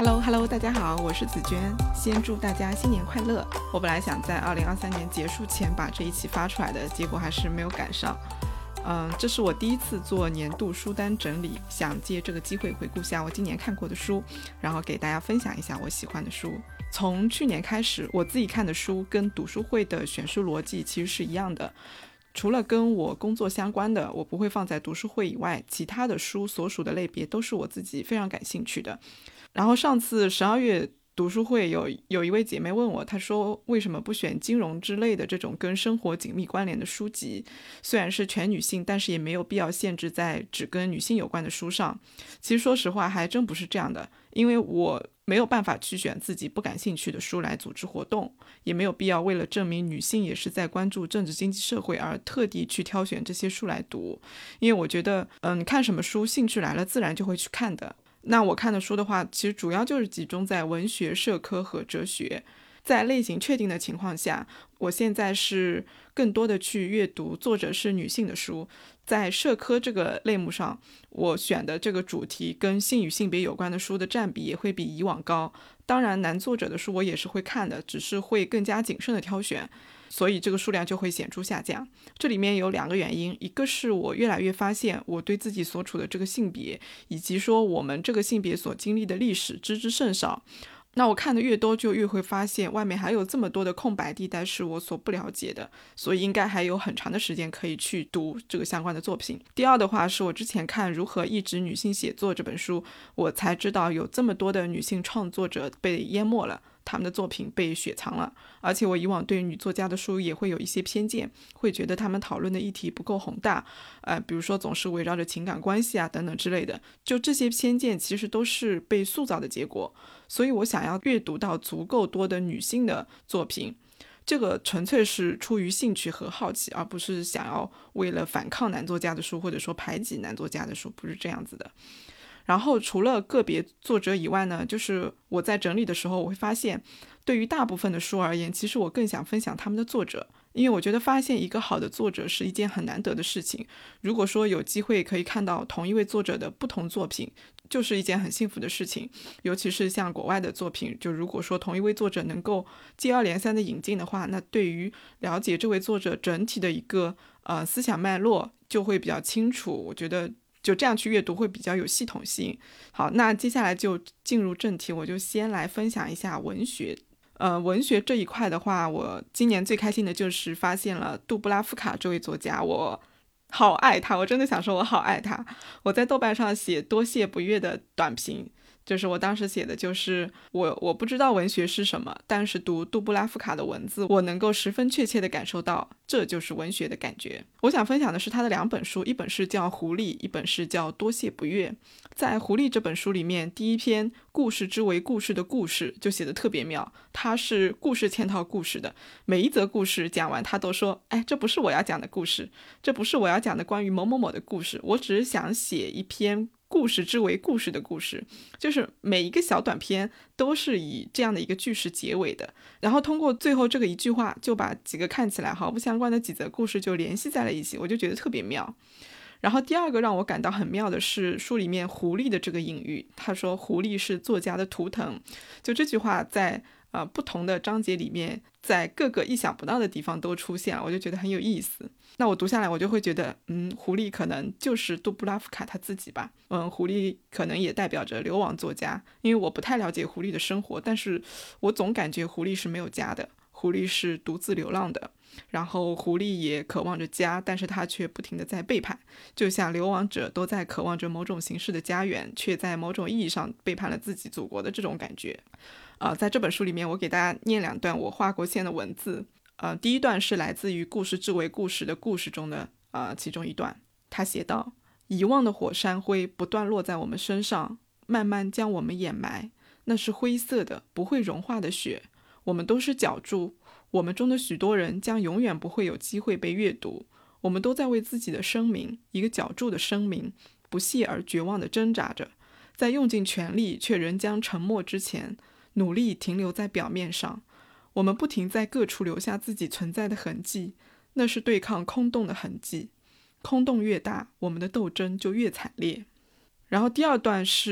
Hello，大家好，我是紫娟，先祝大家新年快乐。我本来想在2023年结束前把这一期发出来的，结果还是没有赶上。这是我第一次做年度书单整理，想借这个机会回顾下我今年看过的书，然后给大家分享一下我喜欢的书。从去年开始，我自己看的书跟读书会的选书逻辑其实是一样的，除了跟我工作相关的我不会放在读书会以外，其他的书所属的类别都是我自己非常感兴趣的。然后上次12月读书会有一位姐妹问我，她说为什么不选金融之类的这种跟生活紧密关联的书籍，虽然是全女性，但是也没有必要限制在只跟女性有关的书上。其实说实话还真不是这样的，因为我没有办法去选自己不感兴趣的书来组织活动，也没有必要为了证明女性也是在关注政治经济社会而特地去挑选这些书来读，因为我觉得看什么书兴趣来了自然就会去看的。那我看的书的话，其实主要就是集中在文学、社科和哲学。在类型确定的情况下，我现在是更多的去阅读作者是女性的书。在社科这个类目上，我选的这个主题跟性与性别有关的书的占比也会比以往高。当然男作者的书我也是会看的，只是会更加谨慎的挑选，所以这个数量就会显著下降。这里面有2个原因，一个是我越来越发现我对自己所处的这个性别，以及说我们这个性别所经历的历史知之甚少。那我看的越多，就越会发现外面还有这么多的空白地带是我所不了解的，所以应该还有很长的时间可以去读这个相关的作品。第二的话，是我之前看《如何抑制女性写作》这本书，我才知道有这么多的女性创作者被淹没了，他们的作品被雪藏了。而且我以往对女作家的书也会有一些偏见，会觉得他们讨论的议题不够宏大，比如说总是围绕着情感关系啊等等之类的，就这些偏见其实都是被塑造的结果。所以我想要阅读到足够多的女性的作品，这个纯粹是出于兴趣和好奇，而不是想要为了反抗男作家的书，或者说排挤男作家的书，不是这样子的。然后除了个别作者以外呢，就是我在整理的时候，我会发现对于大部分的书而言，其实我更想分享他们的作者，因为我觉得发现一个好的作者是一件很难得的事情。如果说有机会可以看到同一位作者的不同作品，就是一件很幸福的事情。尤其是像国外的作品，就如果说同一位作者能够接二连三的引进的话，那对于了解这位作者整体的一个思想脉络就会比较清楚，我觉得就这样去阅读会比较有系统性。好，那接下来就进入正题，我就先来分享一下文学。文学这一块的话，我今年最开心的就是发现了杜布拉夫卡这位作家，我好爱他，我真的想说我好爱他。我在豆瓣上写多谢不悦的短评，就是我当时写的就是我不知道文学是什么，但是读杜布拉夫卡的文字，我能够十分确切地感受到这就是文学的感觉。我想分享的是他的2本书，一本是叫《狐狸》，一本是叫《多谢不悦》。在《狐狸》这本书里面，第一篇故事之为故事的故事就写得特别妙，它是故事嵌套故事的，每一则故事讲完他都说，这不是我要讲的故事，这不是我要讲的关于某某某的故事，我只是想写一篇故事之为故事的故事，就是每一个小短篇都是以这样的一个句式结尾的，然后通过最后这个一句话就把几个看起来毫不相关的几则故事就联系在了一起，我就觉得特别妙。然后第二个让我感到很妙的是书里面狐狸的这个隐喻，他说狐狸是作家的图腾，就这句话在不同的章节里面，在各个意想不到的地方都出现了，我就觉得很有意思。那我读下来我就会觉得狐狸可能就是杜布拉夫卡他自己吧。狐狸可能也代表着流亡作家，因为我不太了解狐狸的生活，但是我总感觉狐狸是没有家的，狐狸是独自流浪的，然后狐狸也渴望着家，但是他却不停地在背叛，就像流亡者都在渴望着某种形式的家园，却在某种意义上背叛了自己祖国的这种感觉。在这本书里面我给大家念2段我画过线的文字。第一段是来自于故事之为故事的故事中的其中一段，他写道：遗忘的火山灰不断落在我们身上，慢慢将我们掩埋，那是灰色的不会融化的雪，我们都是脚注，我们中的许多人将永远不会有机会被阅读，我们都在为自己的声明，一个脚注的声明，不懈而绝望地挣扎着，在用尽全力却仍将沉默之前，努力停留在表面上。我们不停在各处留下自己存在的痕迹，那是对抗空洞的痕迹，空洞越大，我们的斗争就越惨烈。然后第二段是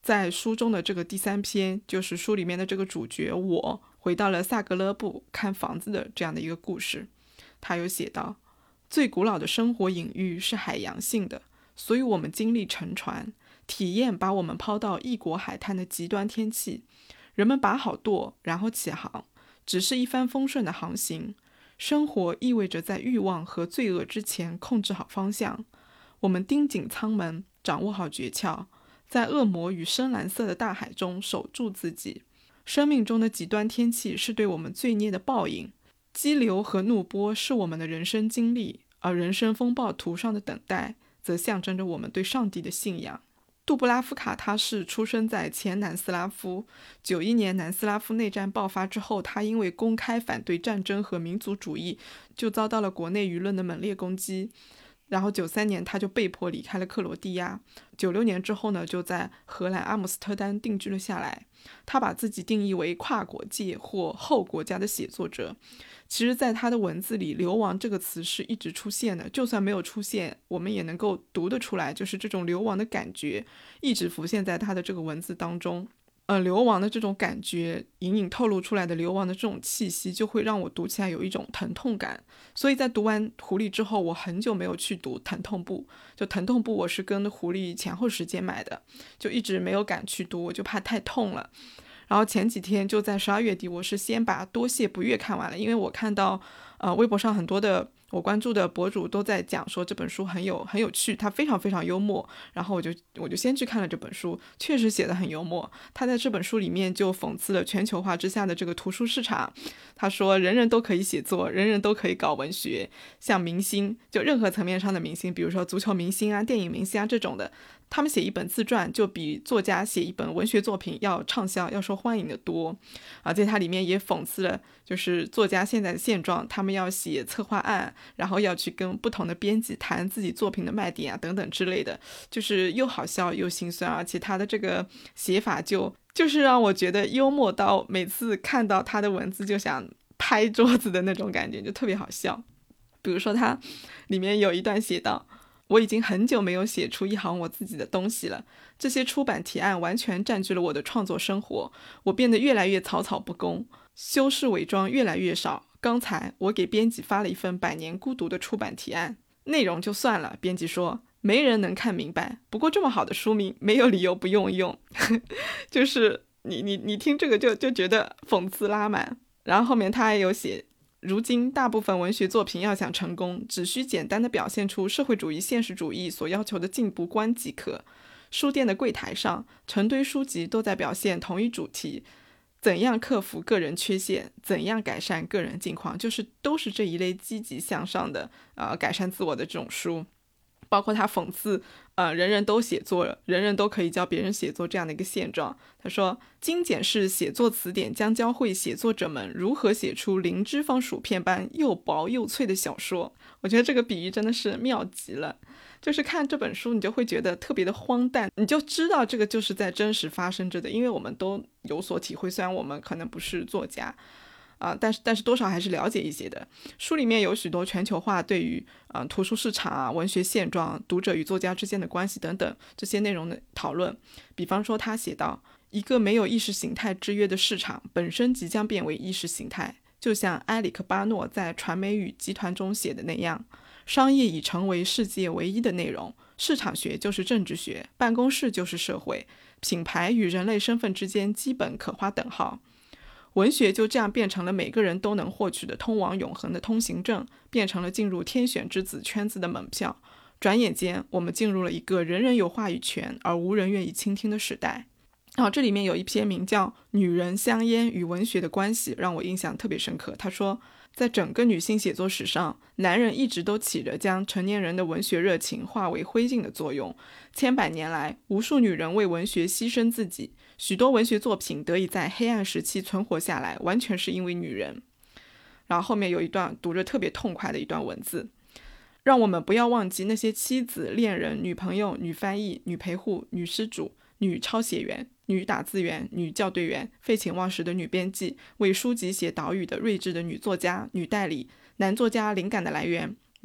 在书中的这个第3篇，就是书里面的这个主角我回到了萨格勒布看房子的这样的一个故事。他有写到，最古老的生活隐喻是海洋性的，所以我们经历沉船，体验把我们抛到异国海滩的极端天气。人们把好舵，然后起航，只是一帆风顺的航行。生活意味着在欲望和罪恶之前控制好方向。我们盯紧舱门，掌握好诀窍，在恶魔与深蓝色的大海中守住自己。生命中的极端天气是对我们罪孽的报应，激流和怒波是我们的人生经历，而人生风暴图上的等待则象征着我们对上帝的信仰。杜布拉夫卡他是出生在前南斯拉夫，91年南斯拉夫内战爆发之后，他因为公开反对战争和民族主义，就遭到了国内舆论的猛烈攻击。然后93年他就被迫离开了克罗地亚，96年之后呢，就在荷兰阿姆斯特丹定居了下来。他把自己定义为跨国界或后国家的写作者。其实在他的文字里，流亡这个词是一直出现的，就算没有出现，我们也能够读得出来，就是这种流亡的感觉一直浮现在他的这个文字当中。流亡的这种感觉，隐隐透露出来的流亡的这种气息，就会让我读起来有一种疼痛感。所以在读完狐狸之后，我很久没有去读疼痛部。就疼痛部我是跟狐狸前后时间买的，就一直没有敢去读，我就怕太痛了。然后前几天就在12月底，我是先把多谢不悦看完了，因为我看到微博上很多的我关注的博主都在讲说这本书很有趣，它非常非常幽默，然后我就先去看了这本书，确实写得很幽默。他在这本书里面就讽刺了全球化之下的这个图书市场。他说人人都可以写作，人人都可以搞文学，像明星，就任何层面上的明星，比如说足球明星啊、电影明星啊这种的，他们写一本自传就比作家写一本文学作品要畅销、要受欢迎的多在它里面也讽刺了就是作家现在的现状，他们要写策划案，然后要去跟不同的编辑谈自己作品的卖点啊等等之类的，就是又好笑又心酸，而且他的这个写法就是让我觉得幽默到每次看到他的文字就想拍桌子的那种感觉，就特别好笑。比如说他里面有一段写道，我已经很久没有写出一行我自己的东西了，这些出版提案完全占据了我的创作生活，我变得越来越草草不工，修饰伪装越来越少。刚才我给编辑发了一份100年孤独的出版提案，内容就算了，编辑说没人能看明白，不过这么好的书名没有理由不用就是你听这个就觉得讽刺拉满。然后后面他还有写，如今大部分文学作品要想成功，只需简单的表现出社会主义现实主义所要求的进步观即可。书店的柜台上成堆书籍都在表现同一主题，怎样克服个人缺陷，怎样改善个人境况，就是都是这一类积极向上的改善自我的这种书。包括他讽刺人人都写作，人人都可以教别人写作这样的一个现状。他说精简式写作词典将教会写作者们如何写出零脂肪薯片般又薄又脆的小说。我觉得这个比喻真的是妙极了，就是看这本书你就会觉得特别的荒诞，你就知道这个就是在真实发生着的，因为我们都有所体会，虽然我们可能不是作家但是多少还是了解一些的。书里面有许多全球化对于图书市场文学现状、读者与作家之间的关系等等这些内容的讨论。比方说他写道，一个没有意识形态制约的市场本身即将变为意识形态，就像埃里克巴诺在传媒与集团中写的那样，商业已成为世界唯一的内容，市场学就是政治学，办公室就是社会，品牌与人类身份之间基本可划等号。文学就这样变成了每个人都能获取的通往永恒的通行证，变成了进入天选之子圈子的门票。转眼间我们进入了一个人人有话语权而无人愿意倾听的时代。这里面有一篇名叫《女人、香烟与文学的关系》，让我印象特别深刻。他说在整个女性写作史上，男人一直都起着将成年人的文学热情化为灰烬的作用。千百年来，无数女人为文学牺牲自己，许多文学作品得以在黑暗时期存活下来，完全是因为女人。然后后面有一段读着特别痛快的一段文字，让我们不要忘记那些妻子、恋人、女朋友、女翻译、女陪护、女施主、女抄写员、女打字员、女校对员、废寝忘食的女编辑、为书籍写导语的睿智的女作家、女代理、男作家灵感的来源、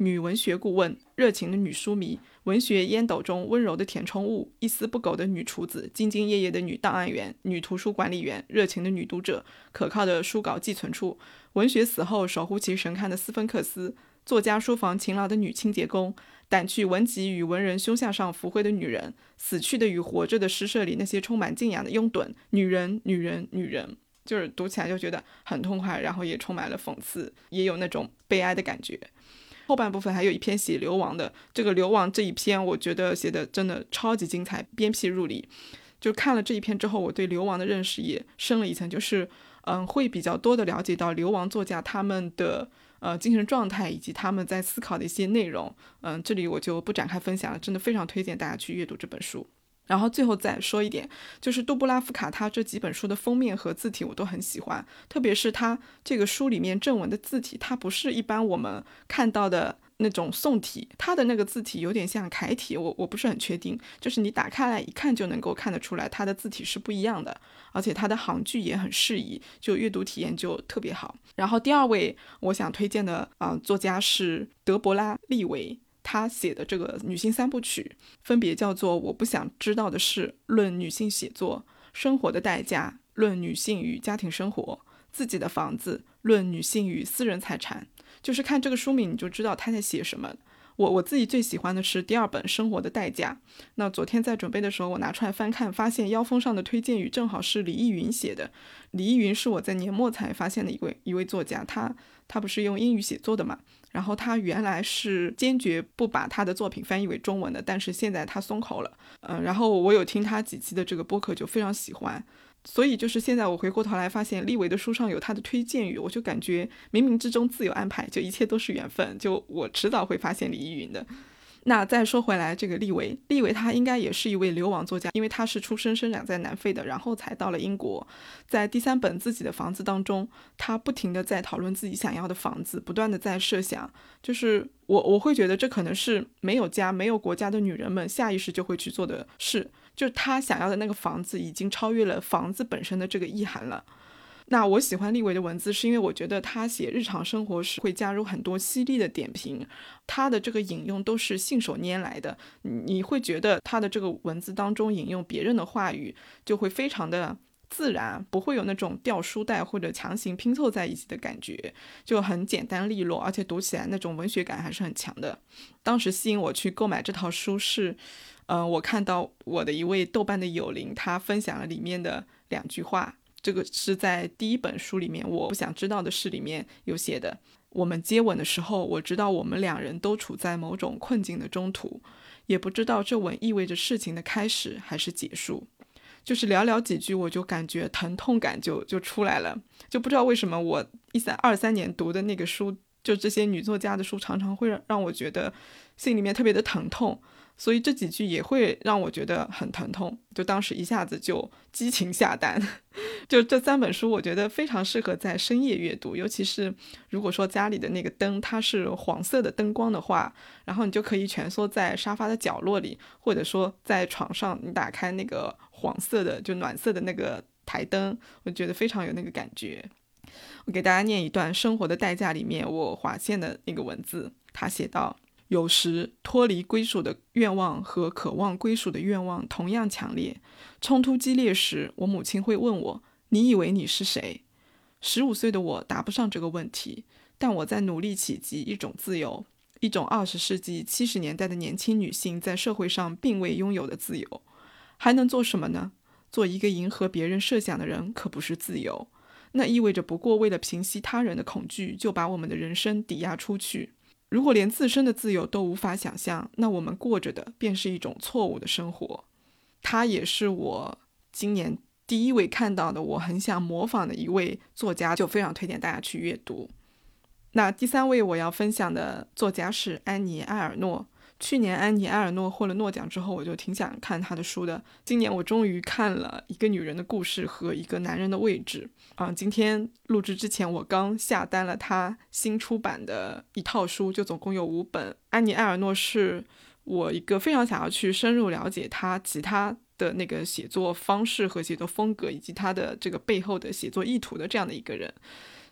女文学顾问，热情的女书迷，文学烟斗中温柔的填充物，一丝不苟的女厨子，兢兢业业的女档案员，女图书管理员，热情的女读者，可靠的书稿寄存处，文学死后守护其神龛的斯芬克斯，作家书房勤劳的女清洁工，掸去文集与文人胸下上浮灰的女人，死去的与活着的诗社里那些充满敬仰的拥趸，女人，女人，女人，就是读起来就觉得很痛快，然后也充满了讽刺，也有那种悲哀的感觉。后半部分还有一篇写流亡的，这个流亡这一篇我觉得写的真的超级精彩，鞭辟入里。就看了这一篇之后，我对流亡的认识也深了一层，就是会比较多的了解到流亡作家他们的精神状态以及他们在思考的一些内容。这里我就不展开分享了，真的非常推荐大家去阅读这本书。然后最后再说一点，就是杜布拉夫卡他这几本书的封面和字体我都很喜欢，特别是他这个书里面正文的字体，它不是一般我们看到的那种宋体，它的那个字体有点像楷体，我不是很确定，就是你打开来一看就能够看得出来它的字体是不一样的，而且它的行距也很适宜，就阅读体验就特别好。然后第二位我想推荐的作家是德伯拉·利维，他写的这个女性三部曲分别叫做我不想知道的事，论女性写作，生活的代价，论女性与家庭生活，自己的房子，论女性与私人财产。就是看这个书名你就知道他在写什么。我自己最喜欢的是第二本生活的代价，那昨天在准备的时候我拿出来翻看，发现腰封上的推荐语正好是李易云写的。李易云是我在年末才发现的一位作家，他不是用英语写作的嘛，然后他原来是坚决不把他的作品翻译为中文的，但是现在他松口了。然后我有听他几期的这个播客就非常喜欢，所以就是现在我回过头来发现利维的书上有他的推荐语，我就感觉冥冥之中自有安排，就一切都是缘分，就我迟早会发现李易云的。那再说回来，这个利维他应该也是一位流亡作家，因为他是出生生长在南非的，然后才到了英国。在第三本自己的房子当中，他不停地在讨论自己想要的房子，不断地在设想，就是我会觉得这可能是没有家没有国家的女人们下意识就会去做的事，就是他想要的那个房子已经超越了房子本身的这个意涵了。那我喜欢利维的文字是因为我觉得他写日常生活时会加入很多犀利的点评，他的这个引用都是信手拈来的，你会觉得他的这个文字当中引用别人的话语就会非常的自然，不会有那种掉书袋或者强行拼凑在一起的感觉，就很简单利落，而且读起来那种文学感还是很强的。当时吸引我去购买这套书是我看到我的一位豆瓣的友邻他分享了里面的2句话，这个是在第一本书里面我不想知道的事里面有写的。我们接吻的时候，我知道我们2人都处在某种困境的中途，也不知道这吻意味着事情的开始还是结束。就是寥寥几句我就感觉疼痛感就出来了，就不知道为什么我23年读的那个书，就这些女作家的书常常会让我觉得心里面特别的疼痛，所以这几句也会让我觉得很疼痛，就当时一下子就激情下单。就这3本书我觉得非常适合在深夜阅读，尤其是如果说家里的那个灯它是黄色的灯光的话，然后你就可以蜷缩在沙发的角落里，或者说在床上你打开那个黄色的就暖色的那个台灯，我觉得非常有那个感觉。我给大家念一段《生活的代价》里面我划线的那个文字，他写道：有时脱离归属的愿望和渴望归属的愿望同样强烈，冲突激烈时，我母亲会问我，你以为你是谁？15岁的我答不上这个问题，但我在努力企及一种自由，一种20世纪70年代的年轻女性在社会上并未拥有的自由。还能做什么呢？做一个迎合别人设想的人可不是自由，那意味着不过为了平息他人的恐惧，就把我们的人生抵押出去。如果连自身的自由都无法想象，那我们过着的便是一种错误的生活。他也是我今年第一位看到的我很想模仿的一位作家，就非常推荐大家去阅读。那第3位我要分享的作家是安妮·埃尔诺。去年安妮·埃尔诺获了诺奖之后，我就挺想看她的书的。今年我终于看了《一个女人的故事》和《一个男人的位置》。今天录制之前我刚下单了她新出版的一套书，就总共有5本。安妮·埃尔诺是我一个非常想要去深入了解她其他的那个写作方式和写作风格，以及她的这个背后的写作意图的这样的一个人。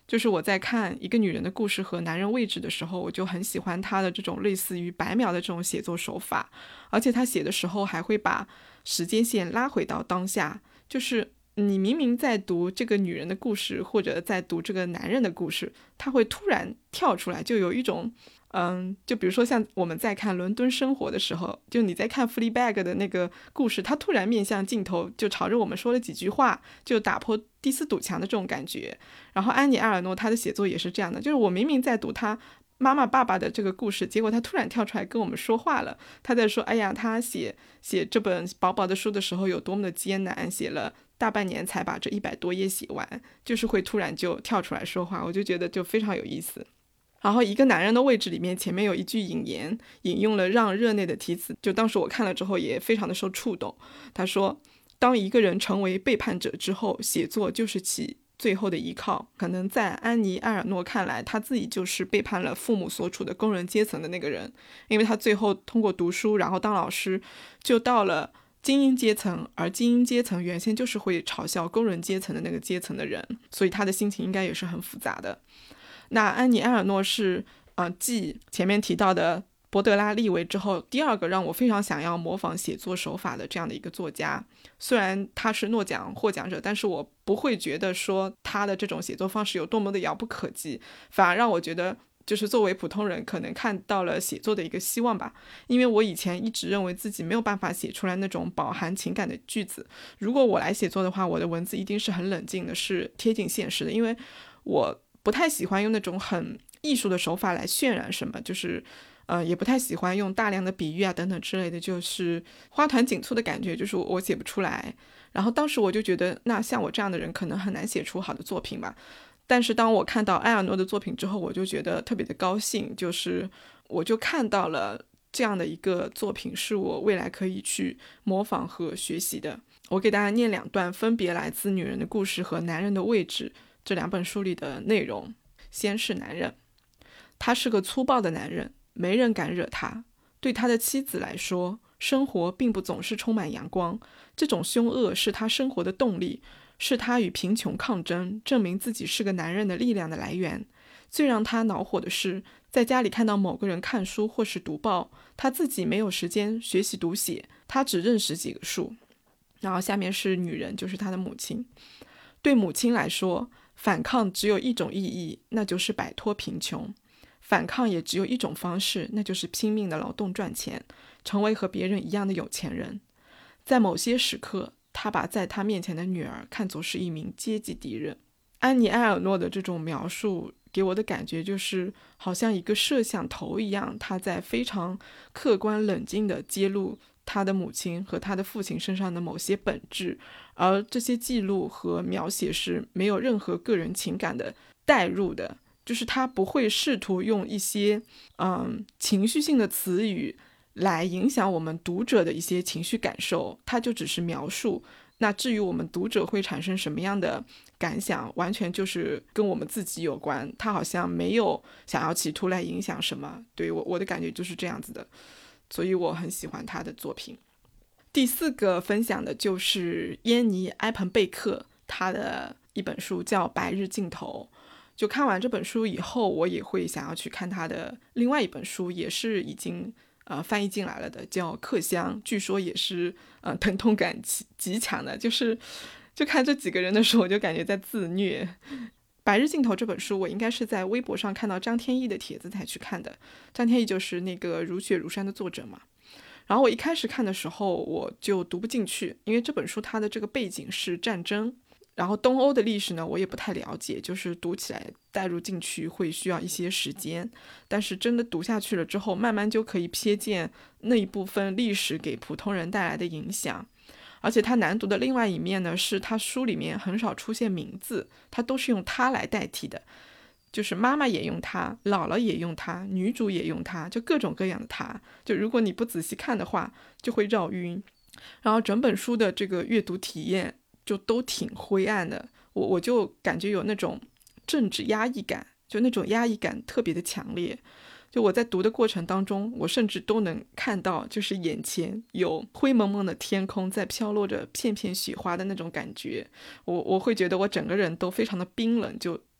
就是我在看一个女人的故事和男人位置的时候，我就很喜欢她的这种类似于白描的这种写作手法，而且她写的时候还会把时间线拉回到当下，就是你明明在读这个女人的故事或者在读这个男人的故事，他会突然跳出来，就有一种就比如说像我们在看伦敦生活的时候，就你在看 Fleabag 的那个故事，他突然面向镜头就朝着我们说了几句话，就打破第四堵墙的这种感觉。然后安妮埃尔诺他的写作也是这样的，就是我明明在读他妈妈爸爸的这个故事，结果他突然跳出来跟我们说话了，他在说哎呀他写这本薄薄的书的时候有多么的艰难，写了大半年才把这100多页写完，就是会突然就跳出来说话，我就觉得就非常有意思。然后一个男人的位置里面前面有一句引言，引用了让热内的题词，就当时我看了之后也非常的受触动。他说当一个人成为背叛者之后，写作就是其最后的依靠。可能在安妮埃尔诺看来，他自己就是背叛了父母所处的工人阶层的那个人，因为他最后通过读书然后当老师就到了精英阶层，而精英阶层原先就是会嘲笑工人阶层的那个阶层的人，所以他的心情应该也是很复杂的。那安妮埃尔诺是继前面提到的博德拉利维之后第二个让我非常想要模仿写作手法的这样的一个作家。虽然他是诺奖获奖者，但是我不会觉得说他的这种写作方式有多么的遥不可及，反而让我觉得就是作为普通人可能看到了写作的一个希望吧。因为我以前一直认为自己没有办法写出来那种饱含情感的句子，如果我来写作的话，我的文字一定是很冷静的，是贴近现实的，因为我不太喜欢用那种很艺术的手法来渲染什么，就是也不太喜欢用大量的比喻啊等等之类的，就是花团锦簇的感觉，就是我写不出来。然后当时我就觉得那像我这样的人可能很难写出好的作品吧。但是当我看到埃尔诺的作品之后，我就觉得特别的高兴，就是我就看到了这样的一个作品是我未来可以去模仿和学习的。我给大家念2段分别来自《女人的故事》和《男人的位置》这2本书里的内容。先是男人，他是个粗暴的男人，没人敢惹他。对他的妻子来说，生活并不总是充满阳光，这种凶恶是他生活的动力，是他与贫穷抗争，证明自己是个男人的力量的来源。最让他恼火的是，在家里看到某个人看书或是读报，他自己没有时间学习读写，他只认识几个数。然后下面是女人，就是他的母亲。对母亲来说，反抗只有一种意义，那就是摆脱贫穷。反抗也只有一种方式，那就是拼命的劳动赚钱，成为和别人一样的有钱人。在某些时刻，他把在他面前的女儿看作是一名阶级敌人。安妮埃尔诺的这种描述给我的感觉就是好像一个摄像头一样，他在非常客观冷静地揭露他的母亲和他的父亲身上的某些本质，而这些记录和描写是没有任何个人情感的带入的，就是他不会试图用一些情绪性的词语来影响我们读者的一些情绪感受，他就只是描述。那至于我们读者会产生什么样的感想，完全就是跟我们自己有关，他好像没有想要企图来影响什么。对，我的感觉就是这样子的，所以我很喜欢他的作品。第4个分享的就是耶尼·埃彭贝克，他的一本书叫《白日尽头》。就看完这本书以后，我也会想要去看他的另外一本书，也是已经翻译进来了的，叫《客乡》，据说也是疼痛感极强的。就看这几个人的时候，我就感觉在自虐。白日尽头这本书我应该是在微博上看到张天翼的帖子才去看的，张天翼就是那个如雪如山的作者嘛。然后我一开始看的时候我就读不进去，因为这本书它的这个背景是战争，然后东欧的历史呢我也不太了解，就是读起来带入进去会需要一些时间，但是真的读下去了之后，慢慢就可以瞥见那一部分历史给普通人带来的影响。而且它难读的另外一面呢，是它书里面很少出现名字，它都是用它来代替的，就是妈妈也用它，姥姥也用它，女主也用它，就各种各样的它，就如果你不仔细看的话就会绕晕。然后整本书的这个阅读体验就都挺灰暗的，我就感觉有那种政治压抑感，就那种压抑感特别的强烈。就我在读的过程当中，我甚至都能看到就是眼前有灰蒙蒙的天空在飘落着片片雪花的那种感觉，我会觉得我整个人都非常的冰冷，就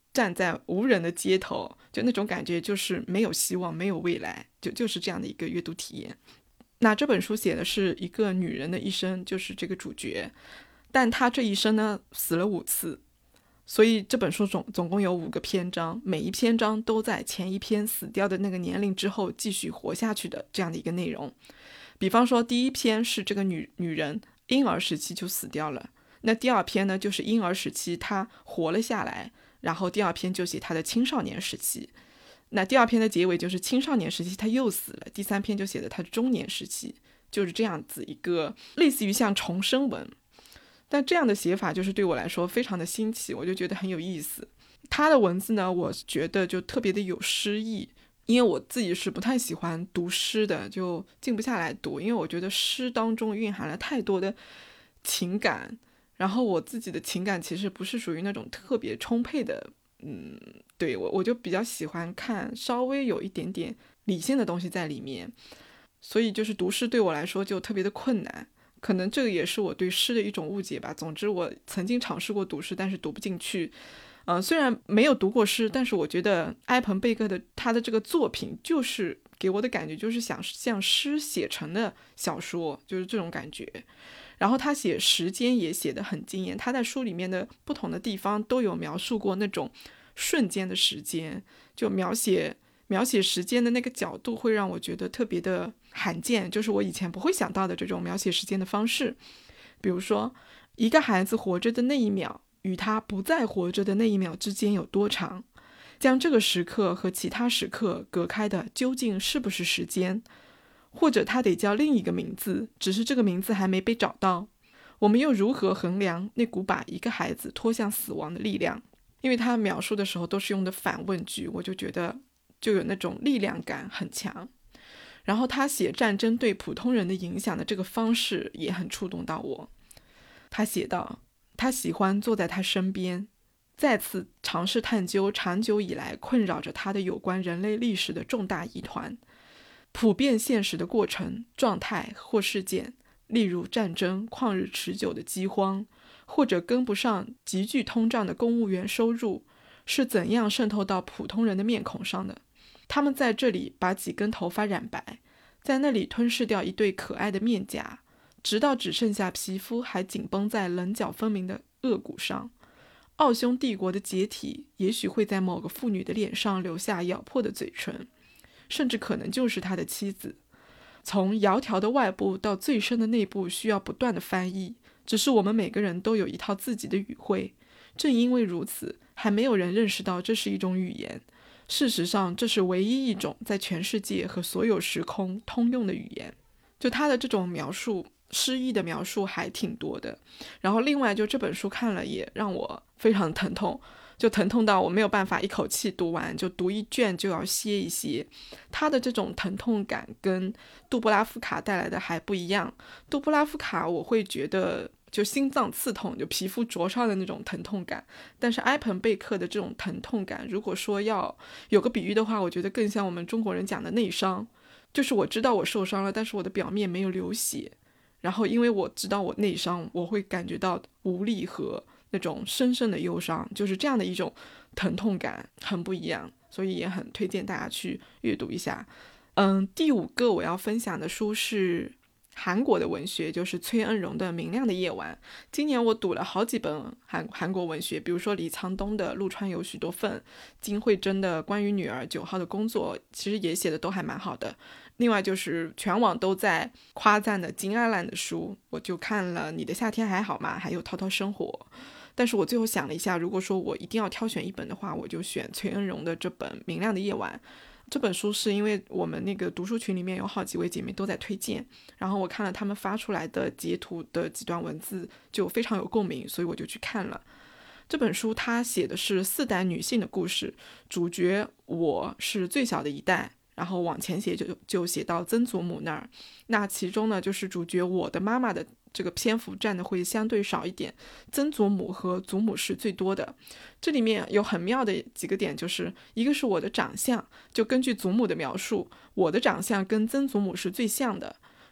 站在无人的街头，就那种感觉就是没有希望，没有未来，就是这样的一个阅读体验。那这本书写的是一个女人的一生，就是这个主角，但她这一生呢死了5次，所以这本书总共有5个篇章，每一篇章都在前一篇死掉的那个年龄之后继续活下去的这样的一个内容。比方说第一篇是这个女人婴儿时期就死掉了，那第2篇呢就是婴儿时期她活了下来，然后第2篇就写她的青少年时期，那第2篇的结尾就是青少年时期她又死了，第3篇就写的她的中年时期，就是这样子一个类似于像重生文。但这样的写法就是对我来说非常的新奇，我就觉得很有意思。他的文字呢，我觉得就特别的有诗意，因为我自己是不太喜欢读诗的，就静不下来读，因为我觉得诗当中蕴含了太多的情感，然后我自己的情感其实不是属于那种特别充沛的，对，我就比较喜欢看稍微有一点点理性的东西在里面，所以就是读诗对我来说就特别的困难，可能这个也是我对诗的一种误解吧。总之我曾经尝试过读诗，但是读不进去。虽然没有读过诗，但是我觉得埃彭贝克的他的这个作品就是给我的感觉就是想像诗写成的小说，就是这种感觉。然后他写时间也写得很惊艳，他在书里面的不同的地方都有描述过那种瞬间的时间，就描写时间的那个角度会让我觉得特别的罕见，就是我以前不会想到的这种描写时间的方式。比如说一个孩子活着的那一秒与他不再活着的那一秒之间有多长，将这个时刻和其他时刻隔开的究竟是不是时间，或者他得叫另一个名字，只是这个名字还没被找到。我们又如何衡量那股把一个孩子拖向死亡的力量？因为他描述的时候都是用的反问句，我就觉得就有那种力量感很强。然后他写战争对普通人的影响的这个方式也很触动到我。他写道，他喜欢坐在他身边，再次尝试探究长久以来困扰着他的有关人类历史的重大疑团，普遍现实的过程、状态或事件，例如战争、旷日持久的饥荒，或者跟不上急剧通胀的公务员收入，是怎样渗透到普通人的面孔上的。他们在这里把几根头发染白，在那里吞噬掉一对可爱的面颊，直到只剩下皮肤还紧绷在棱角分明的颚骨上。奥匈帝国的解体也许会在某个妇女的脸上留下咬破的嘴唇，甚至可能就是他的妻子。从窈窕的外部到最深的内部需要不断的翻译，只是我们每个人都有一套自己的语汇，正因为如此，还没有人认识到这是一种语言。事实上，这是唯一一种在全世界和所有时空通用的语言。就他的这种描述，诗意的描述还挺多的。然后另外就这本书看了也让我非常疼痛，就疼痛到我没有办法一口气读完，就读一卷就要歇一歇。他的这种疼痛感跟杜布拉夫卡带来的还不一样。杜布拉夫卡我会觉得就心脏刺痛，就皮肤灼烧的那种疼痛感，但是埃彭贝克的这种疼痛感，如果说要有个比喻的话，我觉得更像我们中国人讲的内伤，就是我知道我受伤了，但是我的表面没有流血，然后因为我知道我内伤，我会感觉到无力和那种深深的忧伤，就是这样的一种疼痛感很不一样，所以也很推荐大家去阅读一下。第5个我要分享的书是韩国的文学，就是崔恩荣的《明亮的夜晚》。今年我读了好几本韩国文学，比如说李沧东的《陆川有许多份》，金惠珍的《关于女儿9号的工作》，其实也写的都还蛮好的。另外就是全网都在夸赞的金爱兰的书，我就看了《你的夏天还好吗》还有《滔滔生活》。但是我最后想了一下，如果说我一定要挑选一本的话，我就选崔恩荣的这本《明亮的夜晚》。这本书是因为我们那个读书群里面有好几位姐妹都在推荐，然后我看了他们发出来的截图的几段文字就非常有共鸣，所以我就去看了。这本书它写的是4代女性的故事，主角我是最小的一代，然后往前写就写到曾祖母那儿。那其中呢，就是主角我的妈妈的这个篇幅占的会相对少一点，曾祖母和祖母是最多的。这里面有很妙的几个点，就是一个是我的长相，就根据祖母的描述，我的长相跟曾祖母是最像的。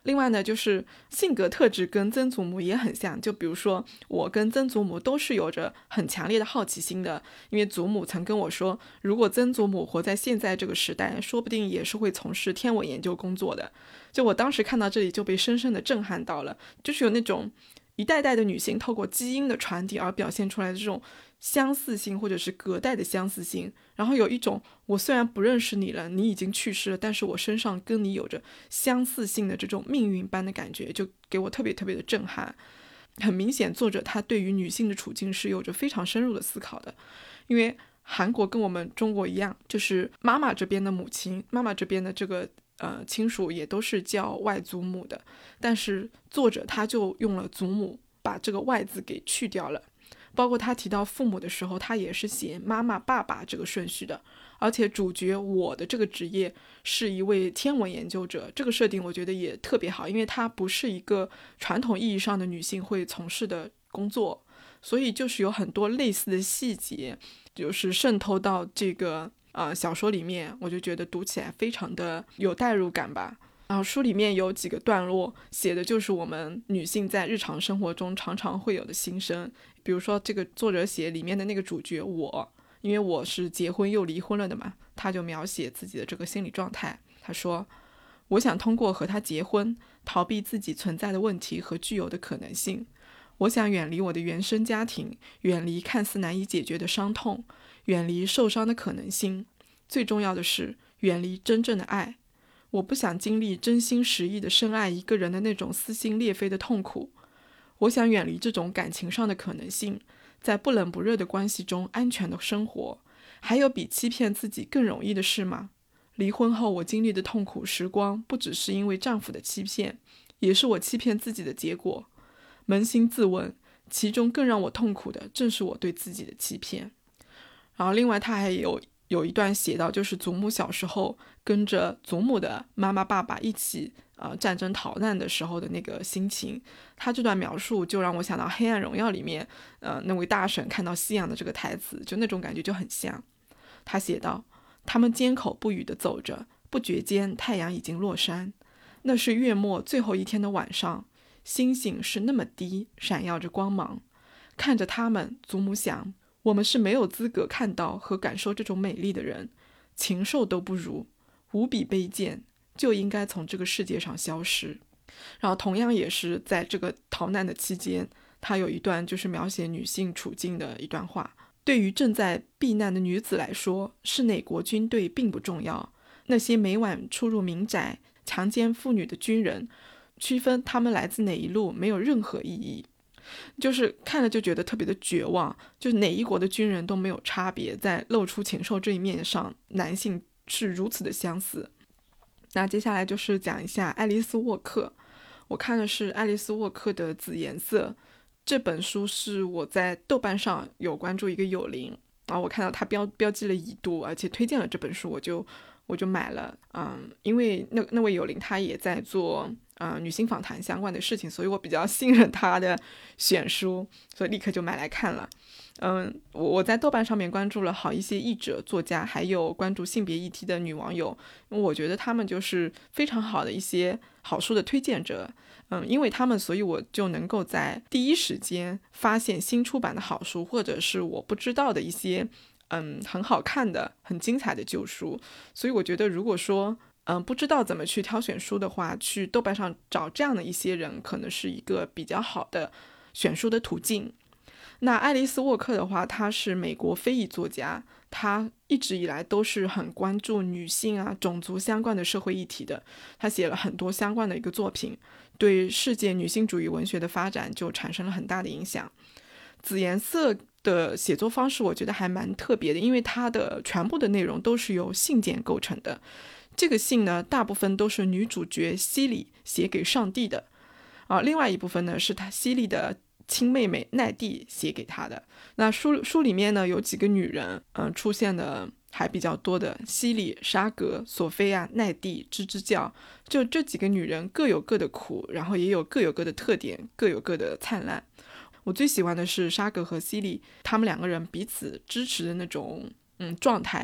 另外呢，就是性格特质跟曾祖母也很像，就比如说我跟曾祖母都是有着很强烈的好奇心的，因为祖母曾跟我说，如果曾祖母活在现在这个时代，说不定也是会从事天文研究工作的。就我当时看到这里就被深深的震撼到了，就是有那种一代代的女性透过基因的传递而表现出来的这种相似性，或者是隔代的相似性，然后有一种我虽然不认识你了，你已经去世了，但是我身上跟你有着相似性的这种命运般的感觉，就给我特别特别的震撼。很明显作者他对于女性的处境是有着非常深入的思考的，因为韩国跟我们中国一样，就是妈妈这边的母亲，妈妈这边的这个亲属也都是叫外祖母的，但是作者他就用了祖母，把这个外字给去掉了。包括他提到父母的时候，他也是写妈妈爸爸这个顺序的，而且主角我的这个职业是一位天文研究者，这个设定我觉得也特别好，因为它不是一个传统意义上的女性会从事的工作，所以就是有很多类似的细节就是渗透到这个小说里面，我就觉得读起来非常的有代入感吧。然后书里面有几个段落写的就是我们女性在日常生活中常常会有的心声，比如说这个作者写里面的那个主角我，因为我是结婚又离婚了的嘛，他就描写自己的这个心理状态。他说，我想通过和他结婚逃避自己存在的问题和具有的可能性，我想远离我的原生家庭，远离看似难以解决的伤痛，远离受伤的可能性，最重要的是远离真正的爱。我不想经历真心实意的深爱一个人的那种撕心裂肺的痛苦，我想远离这种感情上的可能性，在不冷不热的关系中安全的生活。还有比欺骗自己更容易的事吗？离婚后我经历的痛苦时光，不只是因为丈夫的欺骗，也是我欺骗自己的结果。扪心自问，其中更让我痛苦的正是我对自己的欺骗。然后另外他还有一段写到，就是祖母小时候跟着祖母的妈妈爸爸一起战争逃难的时候的那个心情。他这段描述就让我想到《黑暗荣耀》里面那位大婶看到夕阳的这个台词，就那种感觉就很像。他写道，他们缄口不语地走着，不觉间太阳已经落山。那是月末最后一天的晚上，星星是那么低，闪耀着光芒。看着他们，祖母想，我们是没有资格看到和感受这种美丽的人，禽兽都不如，无比卑贱，就应该从这个世界上消失。然后同样也是在这个逃难的期间，他有一段就是描写女性处境的一段话，对于正在避难的女子来说，是哪国军队并不重要，那些每晚出入民宅强奸妇女的军人，区分他们来自哪一路没有任何意义。就是看了就觉得特别的绝望，就是哪一国的军人都没有差别，在露出禽兽这一面上，男性是如此的相似。那接下来就是讲一下爱丽丝沃克，我看的是爱丽丝沃克的《紫颜色》，这本书是我在豆瓣上有关注一个友邻，然后我看到他标记了已读，而且推荐了这本书，我就买了。因为那位友邻他也在做女性访谈相关的事情，所以我比较信任他的选书，所以立刻就买来看了。我在豆瓣上面关注了好一些译者、作家，还有关注性别议题的女网友，我觉得他们就是非常好的一些好书的推荐者。因为他们，所以我就能够在第一时间发现新出版的好书，或者是我不知道的一些很好看的、很精彩的旧书。所以我觉得如果说不知道怎么去挑选书的话，去豆瓣上找这样的一些人，可能是一个比较好的选书的途径。那爱丽丝沃克的话，她是美国非裔作家，她一直以来都是很关注女性种族相关的社会议题的，她写了很多相关的一个作品，对世界女性主义文学的发展就产生了很大的影响。紫颜色的写作方式我觉得还蛮特别的，因为它的全部的内容都是由信件构成的。这个信呢，大部分都是女主角西里写给上帝的，另外一部分呢是她西里的亲妹妹奈蒂写给她的。那书里面呢有几个女人出现的还比较多的，西里、莎格、索菲亚、奈蒂、吱吱叫，就这几个女人各有各的苦，然后也有各有各的特点，各有各的灿烂。我最喜欢的是莎格和西里，他们两个人彼此支持的那种状态，因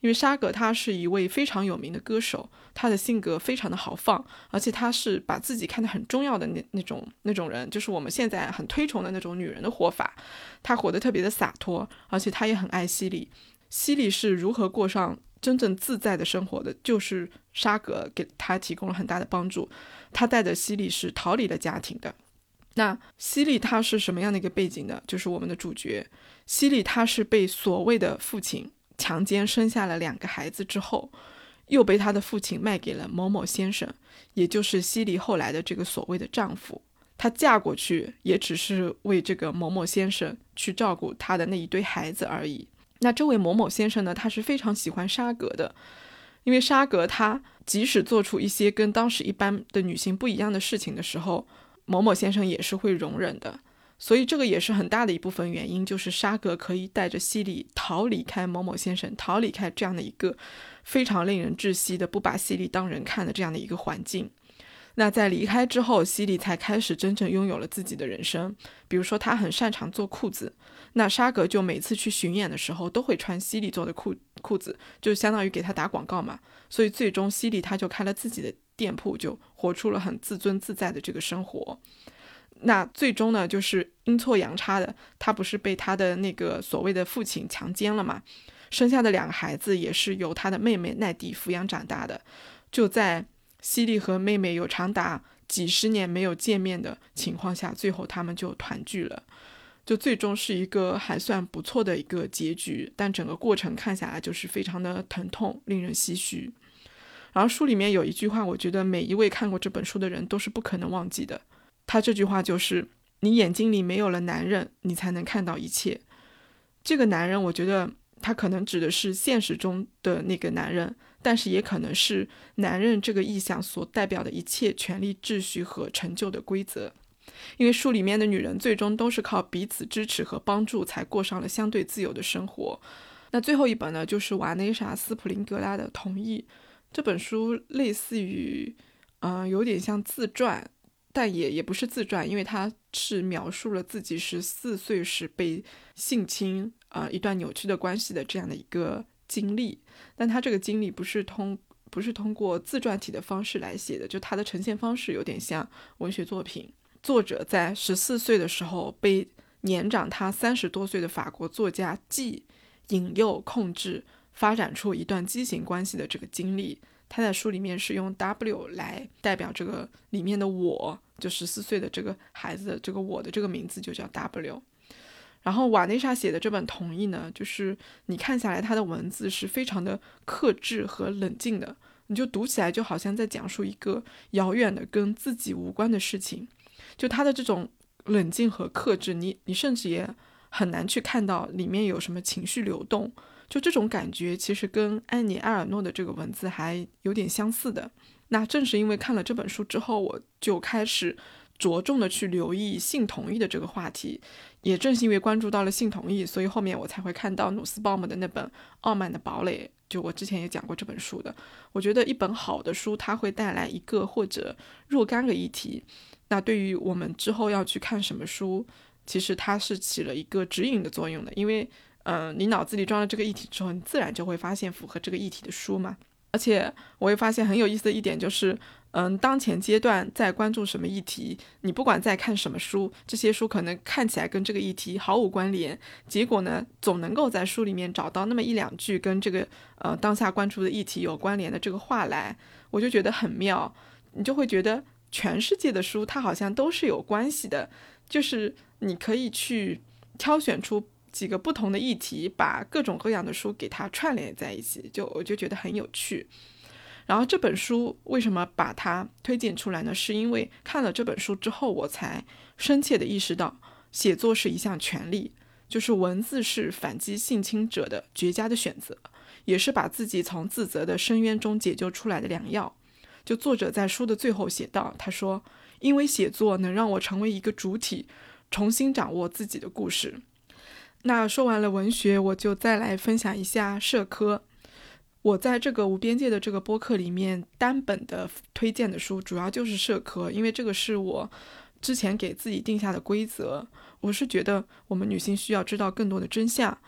因为沙格他是一位非常有名的歌手，他的性格非常的豪放，而且他是把自己看得很重要的那种人，就是我们现在很推崇的那种女人的活法。他活得特别的洒脱，而且他也很爱犀利。犀利是如何过上真正自在的生活的，就是沙格给他提供了很大的帮助。他带着犀利是逃离了家庭的。那犀利他是什么样的一个背景呢？就是我们的主角犀利，他是被所谓的父亲强奸，生下了2个孩子之后，又被他的父亲卖给了某某先生，也就是犀利后来的这个所谓的丈夫。她嫁过去也只是为这个某某先生去照顾他的那一堆孩子而已。那这位某某先生呢，他是非常喜欢沙格的，因为沙格他即使做出一些跟当时一般的女性不一样的事情的时候，某某先生也是会容忍的。所以这个也是很大的一部分原因，就是沙格可以带着犀利逃离开某某先生，逃离开这样的一个非常令人窒息的不把犀利当人看的这样的一个环境。那在离开之后，犀利才开始真正拥有了自己的人生。比如说他很擅长做裤子，那沙格就每次去巡演的时候都会穿犀利做的裤子，就相当于给他打广告嘛。所以最终犀利他就开了自己的店铺，就活出了很自尊自在的这个生活。那最终呢，就是阴错阳差的，他不是被他的那个所谓的父亲强奸了吗？生下的2个孩子也是由他的妹妹奈迪抚养长大的。就在犀利和妹妹有长达几十年没有见面的情况下，最后他们就团聚了，就最终是一个还算不错的一个结局。但整个过程看下来就是非常的疼痛，令人唏嘘。然后书里面有一句话，我觉得每一位看过这本书的人都是不可能忘记的。他这句话就是：你眼睛里没有了男人，你才能看到一切。这个男人，我觉得他可能指的是现实中的那个男人，但是也可能是男人这个意象所代表的一切权力、秩序和成就的规则。因为书里面的女人最终都是靠彼此支持和帮助才过上了相对自由的生活。那最后一本呢，就是瓦内莎·斯普林格拉的《同意》。这本书类似于有点像自传，但也不是自传，因为他是描述了自己14岁时被性侵一段扭曲的关系的这样的一个经历。但他这个经历不是通过自传体的方式来写的，就他的呈现方式有点像文学作品。作者在14岁的时候被年长他30多岁的法国作家既引诱控制，发展出一段畸形关系的这个经历。他在书里面是用 W 来代表这个里面的我，就14岁的这个孩子的这个我的这个名字就叫 W。 然后瓦内莎写的这本《同意》呢，就是你看下来他的文字是非常的克制和冷静的，你就读起来就好像在讲述一个遥远的跟自己无关的事情。就他的这种冷静和克制，你甚至也很难去看到里面有什么情绪流动。就这种感觉其实跟安妮·埃尔诺的这个文字还有点相似的。那正是因为看了这本书之后，我就开始着重的去留意性同意的这个话题。也正是因为关注到了性同意，所以后面我才会看到努斯鲍姆的那本《傲慢的堡垒》，就我之前也讲过这本书的。我觉得一本好的书它会带来一个或者若干个议题，那对于我们之后要去看什么书，其实它是起了一个指引的作用的。因为你脑子里装了这个议题之后，你自然就会发现符合这个议题的书嘛。而且我也发现很有意思的一点就是，当前阶段在关注什么议题，你不管在看什么书，这些书可能看起来跟这个议题毫无关联，结果呢，总能够在书里面找到那么1-2句跟这个当下关注的议题有关联的这个话来，我就觉得很妙。你就会觉得全世界的书它好像都是有关系的，就是你可以去挑选出几个不同的议题，把各种各样的书给它串联在一起，我就觉得很有趣。然后这本书为什么把它推荐出来呢？是因为看了这本书之后，我才深切地意识到写作是一项权利，就是文字是反击性侵者的绝佳的选择，也是把自己从自责的深渊中解救出来的良药。就作者在书的最后写道，他说，因为写作能让我成为一个主体，重新掌握自己的故事。那说完了文学，我就再来分享一下社科。我在这个无边界的这个播客里面单本的推荐的书主要就是社科，因为这个是我之前给自己定下的规则。我是觉得我们女性需要知道更多的真相，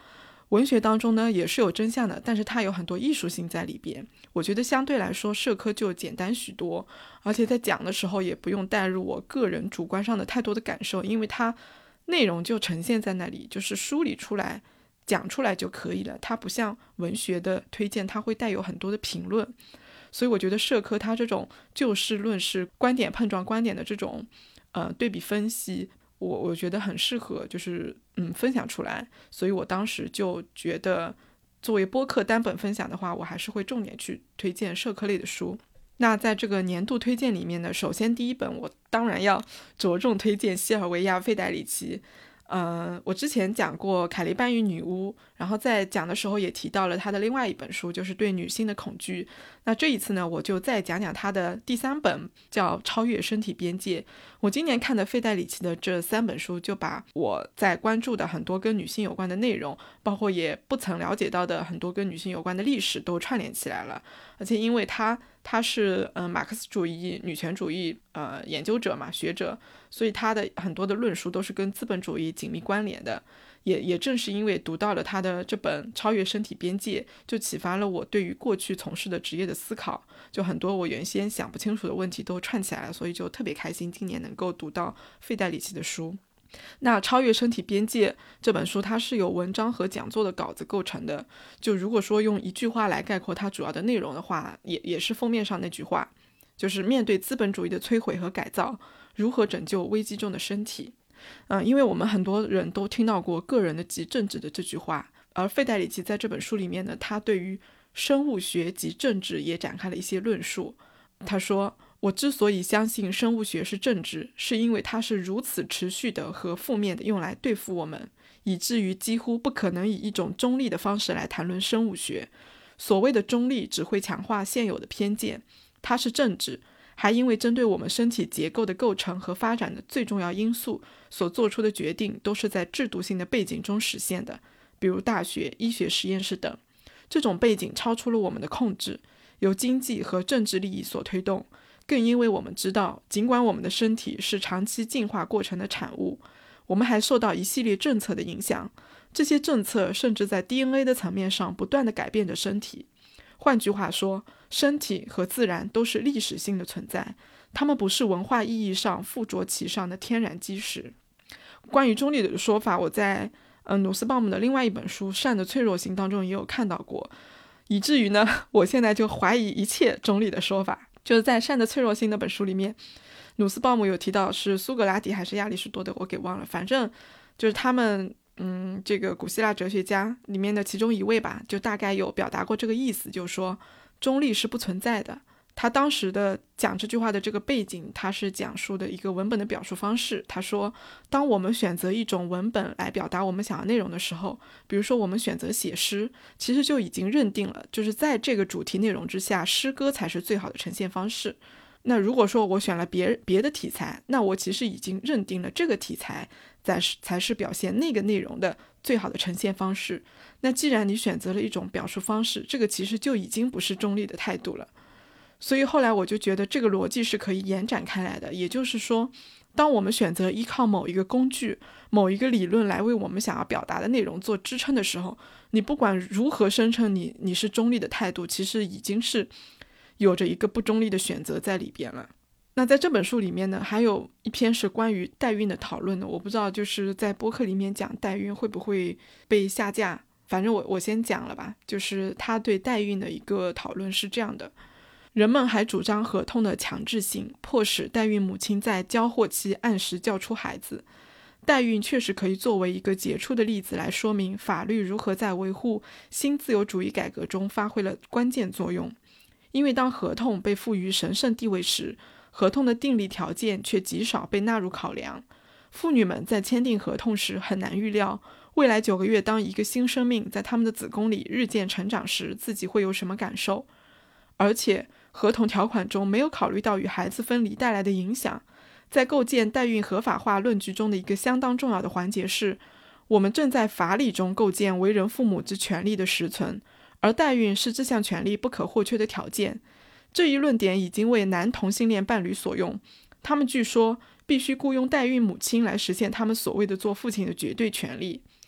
文学当中呢也是有真相的，但是它有很多艺术性在里边。我觉得相对来说社科就简单许多，而且在讲的时候也不用带入我个人主观上的太多的感受，因为它内容就呈现在那里，就是梳理出来讲出来就可以了。它不像文学的推荐，它会带有很多的评论，所以我觉得社科它这种就事论事、观点碰撞观点的这种对比分析，我觉得很适合就是分享出来。所以我当时就觉得作为播客单本分享的话，我还是会重点去推荐社科类的书。那在这个年度推荐里面呢，首先第一本我当然要着重推荐西尔维亚·费代里奇。我之前讲过凯利班与女巫，然后在讲的时候也提到了他的另外一本书，就是对女性的恐惧。那这一次呢，我就再讲讲他的第3本，叫超越身体边界。我今年看的费代里奇的这3本书，就把我在关注的很多跟女性有关的内容，包括也不曾了解到的很多跟女性有关的历史都串联起来了。而且因为他是马克思主义女权主义研究者嘛，学者，所以他的很多的论述都是跟资本主义紧密关联的。也正是因为读到了他的这本超越身体边界，就启发了我对于过去从事的职业的思考，就很多我原先想不清楚的问题都串起来了，所以就特别开心今年能够读到费代里奇的书。那超越身体边界这本书，它是由文章和讲座的稿子构成的，就如果说用一句话来概括它主要的内容的话，也是封面上那句话，就是面对资本主义的摧毁和改造，如何拯救危机中的身体。因为我们很多人都听到过个人的即政治的这句话，而费代里奇在这本书里面呢，他对于生物学及政治也展开了一些论述。他说，我之所以相信生物学是政治，是因为它是如此持续的和负面的用来对付我们，以至于几乎不可能以一种中立的方式来谈论生物学。所谓的中立只会强化现有的偏见，它是政治，还因为针对我们身体结构的构成和发展的最重要因素所做出的决定都是在制度性的背景中实现的，比如大学、医学实验室等。这种背景超出了我们的控制，由经济和政治利益所推动，更因为我们知道，尽管我们的身体是长期进化过程的产物，我们还受到一系列政策的影响，这些政策甚至在 DNA 的层面上不断地改变着身体。换句话说，身体和自然都是历史性的存在，它们不是文化意义上附着其上的天然基石。关于中立的说法，我在努斯鲍姆的另外一本书《善的脆弱性》当中也有看到过，以至于呢，我现在就怀疑一切中立的说法。就是在《善的脆弱性》那本书里面，努斯鲍姆有提到是苏格拉底还是亚里士多德，我给忘了，反正就是他们这个古希腊哲学家里面的其中一位吧，就大概有表达过这个意思，就是说中立是不存在的。他当时的讲这句话的这个背景，他是讲述的一个文本的表述方式。他说，当我们选择一种文本来表达我们想要内容的时候，比如说我们选择写诗，其实就已经认定了，就是在这个主题内容之下，诗歌才是最好的呈现方式。那如果说我选了别的题材，那我其实已经认定了这个题材才是表现那个内容的最好的呈现方式。那既然你选择了一种表述方式，这个其实就已经不是中立的态度了。所以后来我就觉得这个逻辑是可以延展开来的，也就是说，当我们选择依靠某一个工具、某一个理论来为我们想要表达的内容做支撑的时候，你不管如何声称你是中立的态度，其实已经是有着一个不中立的选择在里边了。那在这本书里面呢，还有一篇是关于代孕的讨论的，我不知道就是在播客里面讲代孕会不会被下架，反正我先讲了吧。就是他对代孕的一个讨论是这样的，人们还主张合同的强制性，迫使代孕母亲在交货期按时叫出孩子。代孕确实可以作为一个杰出的例子来说明法律如何在维护新自由主义改革中发挥了关键作用。因为当合同被赋予神圣地位时，合同的订立条件却极少被纳入考量。妇女们在签订合同时很难预料未来9个月当一个新生命在他们的子宫里日渐成长时自己会有什么感受，而且合同条款中没有考虑到与孩子分离带来的影响。在构建代孕合法化论据中的一个相当重要的环节是，我们正在法理中构建为人父母之权利的实存，而代孕是这项权利不可或缺的条件。这一论点已经为男同性恋伴侣所用，他们据说必须雇佣代孕母亲来实现他们所谓的做父亲的绝对权利。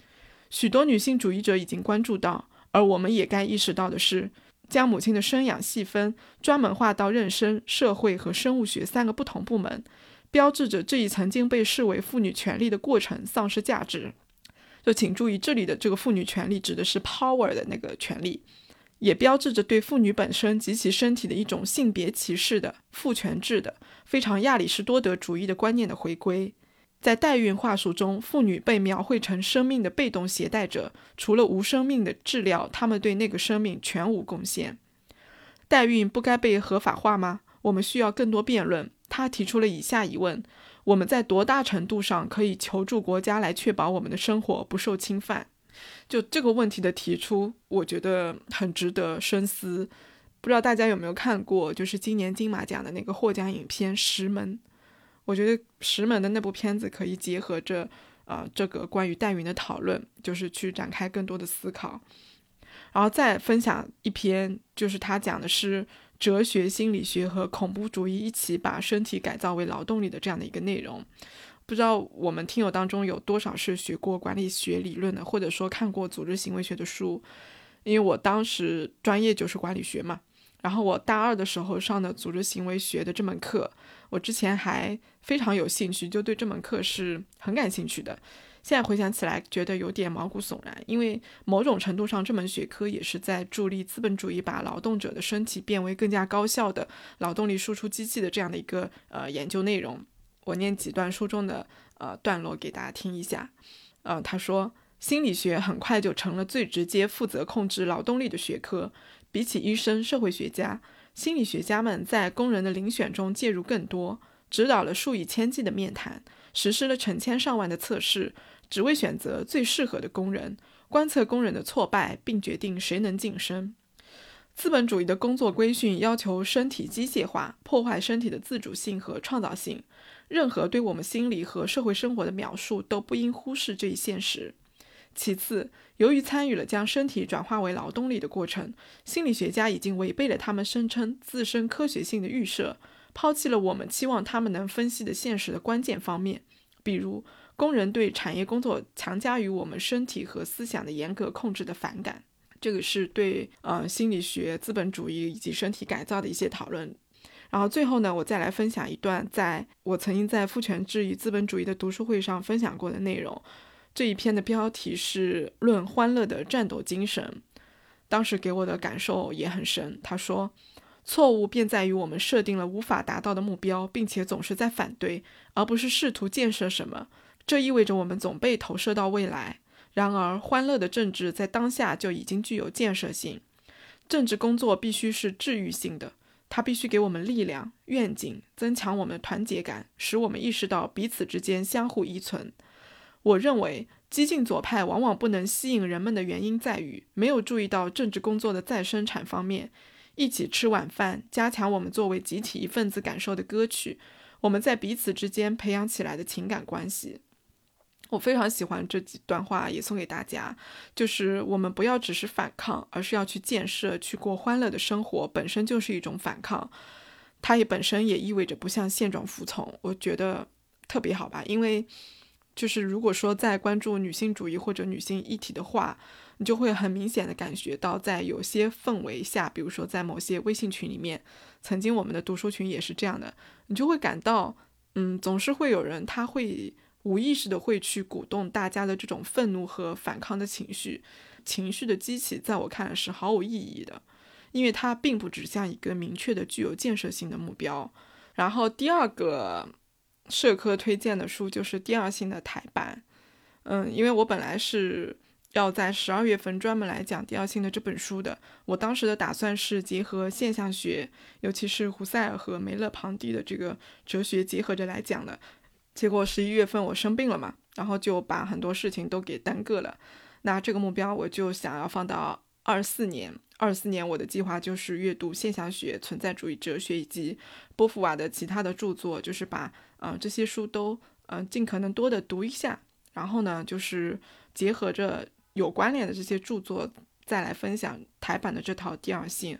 许多女性主义者已经关注到，而我们也该意识到的是，将母亲的生养细分专门化到妊娠、社会和生物学3个不同部门，标志着这一曾经被视为妇女权利的过程丧失价值。就请注意，这里的这个妇女权利指的是 power 的那个权利，也标志着对妇女本身及其身体的一种性别歧视的、父权制的、非常亚里士多德主义的观念的回归。在代孕话术中，妇女被描绘成生命的被动携带者，除了无生命的治疗，她们对那个生命全无贡献。代孕不该被合法化吗？我们需要更多辩论。他提出了以下疑问：我们在多大程度上可以求助国家来确保我们的生活不受侵犯？就这个问题的提出，我觉得很值得深思。不知道大家有没有看过，就是今年金马奖的那个获奖影片《石门》。我觉得《石门》的那部片子可以结合着这个关于代孕的讨论，就是去展开更多的思考。然后再分享一篇，就是他讲的是哲学、心理学和恐怖主义一起把身体改造为劳动力的这样的一个内容。不知道我们听友当中有多少是学过管理学理论的，或者说看过组织行为学的书。因为我当时专业就是管理学嘛，然后我大2的时候上的组织行为学的这门课，我之前还非常有兴趣，就对这门课是很感兴趣的。现在回想起来觉得有点毛骨悚然，因为某种程度上这门学科也是在助力资本主义把劳动者的身体变为更加高效的劳动力输出机器的这样的一个研究内容。我念几段书中的段落给大家听一下。他说，心理学很快就成了最直接负责控制劳动力的学科。比起医生、社会学家，心理学家们在工人的遴选中介入更多，指导了数以千计的面谈，实施了成千上万的测试，只为选择最适合的工人，观测工人的挫败，并决定谁能晋升。资本主义的工作规训要求身体机械化，破坏身体的自主性和创造性。任何对我们心理和社会生活的描述都不应忽视这一现实。其次，由于参与了将身体转化为劳动力的过程，心理学家已经违背了他们声称自身科学性的预设，抛弃了我们期望他们能分析的现实的关键方面，比如工人对产业工作强加于我们身体和思想的严格控制的反感。这个是对心理学、资本主义以及身体改造的一些讨论。然后最后呢，我再来分享一段我曾经在父权制与资本主义的读书会上分享过的内容。这一篇的标题是论欢乐的战斗精神，当时给我的感受也很深。他说，错误便在于我们设定了无法达到的目标，并且总是在反对，而不是试图建设什么。这意味着我们总被投射到未来。然而，欢乐的政治在当下就已经具有建设性。政治工作必须是治愈性的，它必须给我们力量、愿景，增强我们的团结感，使我们意识到彼此之间相互依存。我认为激进左派往往不能吸引人们的原因在于没有注意到政治工作的再生产方面。一起吃晚饭，加强我们作为集体一份子感受的歌曲，我们在彼此之间培养起来的情感关系。我非常喜欢这几段话，也送给大家，就是我们不要只是反抗，而是要去建设，去过欢乐的生活，本身就是一种反抗。它也本身也意味着不向现状服从，我觉得特别好吧。因为就是如果说在关注女性主义或者女性议题的话，你就会很明显的感觉到在有些氛围下，比如说在某些微信群里面，曾经我们的读书群也是这样的，你就会感到总是会有人他会无意识的会去鼓动大家的这种愤怒和反抗的情绪的激起，在我看来是毫无意义的，因为它并不指向一个明确的具有建设性的目标。然后第二个社科推荐的书就是第二性的台版。因为我本来是要在12月份专门来讲第二性的这本书的，我当时的打算是结合现象学，尤其是胡塞尔和梅勒庞蒂的这个哲学结合着来讲的。结果11月份我生病了嘛，然后就把很多事情都给耽搁了。那这个目标我就想要放到24年我的计划就是阅读现象学、存在主义哲学以及波伏娃的其他的著作，就是把这些书都尽可能多的读一下，然后呢就是结合着有关联的这些著作再来分享台版的这套第二性。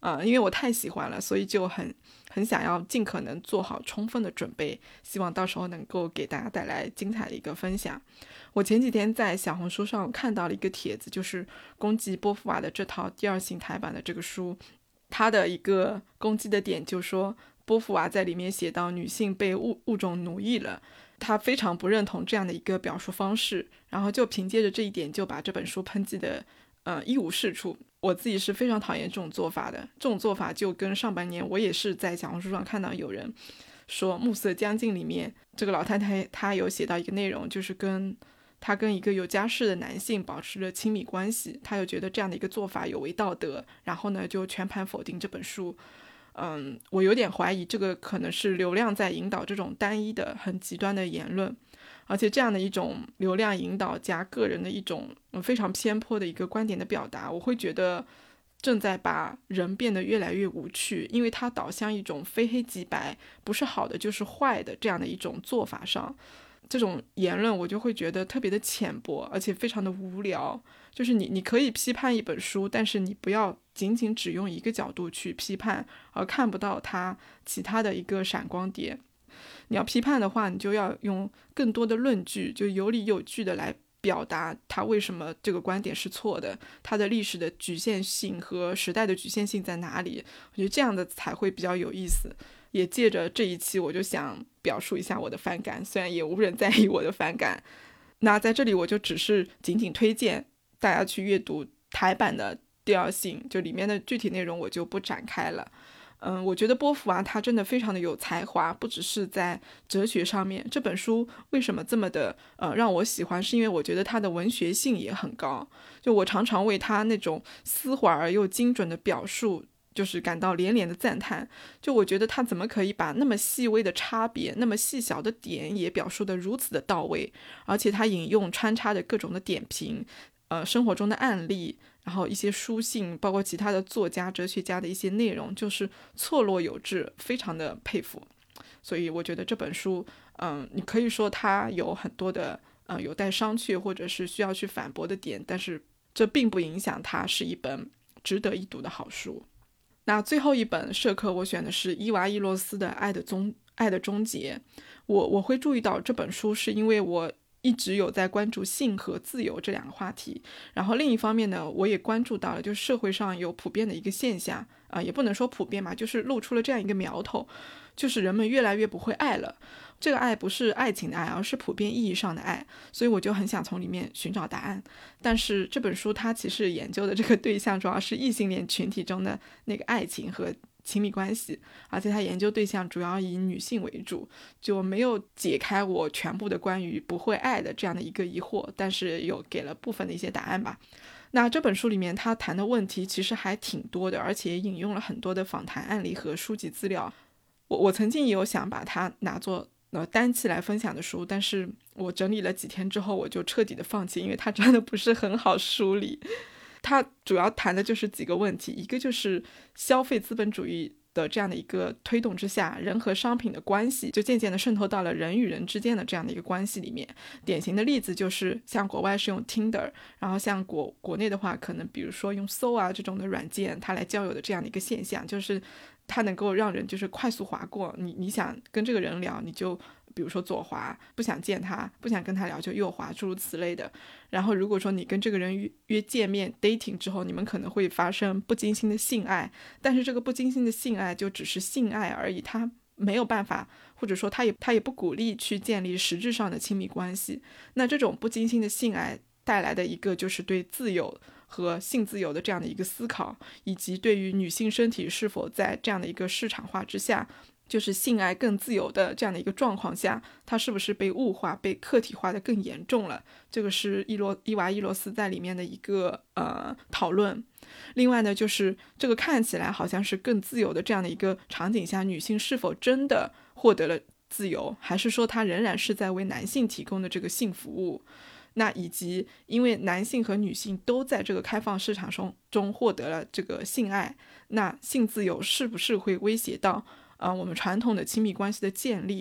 因为我太喜欢了，所以就很想要尽可能做好充分的准备，希望到时候能够给大家带来精彩的一个分享。我前几天在小红书上看到了一个帖子，就是攻击波伏娃的这套第二性台版的这个书，他的一个攻击的点就是说波伏娃在里面写到女性被物种奴役了，他非常不认同这样的一个表述方式，然后就凭借着这一点就把这本书抨击的一无是处。我自己是非常讨厌这种做法的，这种做法就跟上半年我也是在小红书上看到有人说《暮色将近》里面这个老太太她有写到一个内容，就是她跟一个有家室的男性保持了亲密关系，她又觉得这样的一个做法有违道德，然后呢就全盘否定这本书。我有点怀疑这个可能是流量在引导这种单一的很极端的言论，而且这样的一种流量引导加个人的一种非常偏颇的一个观点的表达，我会觉得正在把人变得越来越无趣，因为它导向一种非黑即白，不是好的就是坏的这样的一种做法上。这种言论我就会觉得特别的浅薄，而且非常的无聊。就是你可以批判一本书，但是你不要仅仅只用一个角度去批判，而看不到它其他的一个闪光点。你要批判的话，你就要用更多的论据，就有理有据的来表达它为什么这个观点是错的，它的历史的局限性和时代的局限性在哪里。我觉得这样的才会比较有意思。也借着这一期我就想表述一下我的反感，虽然也无人在意我的反感。那在这里我就只是仅仅推荐大家去阅读台版的第二性，就里面的具体内容我就不展开了。我觉得波伏娃她真的非常的有才华，不只是在哲学上面。这本书为什么这么的让我喜欢，是因为我觉得它的文学性也很高，就我常常为它那种丝滑而又精准的表述就是感到连连的赞叹。就我觉得他怎么可以把那么细微的差别，那么细小的点也表述得如此的到位，而且他引用穿插着各种的点评，生活中的案例，然后一些书信，包括其他的作家哲学家的一些内容，就是错落有致，非常的佩服。所以我觉得这本书你可以说它有很多的有待商榷或者是需要去反驳的点，但是这并不影响它是一本值得一读的好书。那最后一本社科我选的是伊娃·伊洛斯的爱的终结。我会注意到这本书是因为我一直有在关注性和自由这两个话题，然后另一方面呢，我也关注到了就是社会上有普遍的一个现象也不能说普遍嘛，就是露出了这样一个苗头，就是人们越来越不会爱了。这个爱不是爱情的爱，而是普遍意义上的爱，所以我就很想从里面寻找答案。但是这本书它其实研究的这个对象主要是异性恋群体中的那个爱情和亲密关系，而且它研究对象主要以女性为主，就没有解开我全部的关于不会爱的这样的一个疑惑，但是有给了部分的一些答案吧。那这本书里面他谈的问题其实还挺多的，而且引用了很多的访谈案例和书籍资料。我曾经也有想把它拿作单期来分享的书，但是我整理了几天之后我就彻底的放弃，因为它真的不是很好梳理。它主要谈的就是几个问题，一个就是消费资本主义的这样的一个推动之下，人和商品的关系就渐渐的渗透到了人与人之间的这样的一个关系里面。典型的例子就是像国外是用 Tinder， 然后像国内的话可能比如说用搜这种的软件它来交友的这样的一个现象，就是它能够让人就是快速滑过，你想跟这个人聊你就比如说左滑，不想见他不想跟他聊就右滑，诸如此类的。然后如果说你跟这个人约见面 dating 之后，你们可能会发生不经心的性爱，但是这个不经心的性爱就只是性爱而已，它没有办法，或者说他也不鼓励去建立实质上的亲密关系。那这种不经心的性爱带来的一个就是对自由和性自由的这样的一个思考，以及对于女性身体是否在这样的一个市场化之下，就是性爱更自由的这样的一个状况下，它是不是被物化被客体化的更严重了，这个是伊娃·伊洛斯在里面的一个讨论。另外呢，就是这个看起来好像是更自由的这样的一个场景下，女性是否真的获得了自由，还是说她仍然是在为男性提供的这个性服务。那以及因为男性和女性都在这个开放市场中获得了这个性爱，那性自由是不是会威胁到我们传统的亲密关系的建立，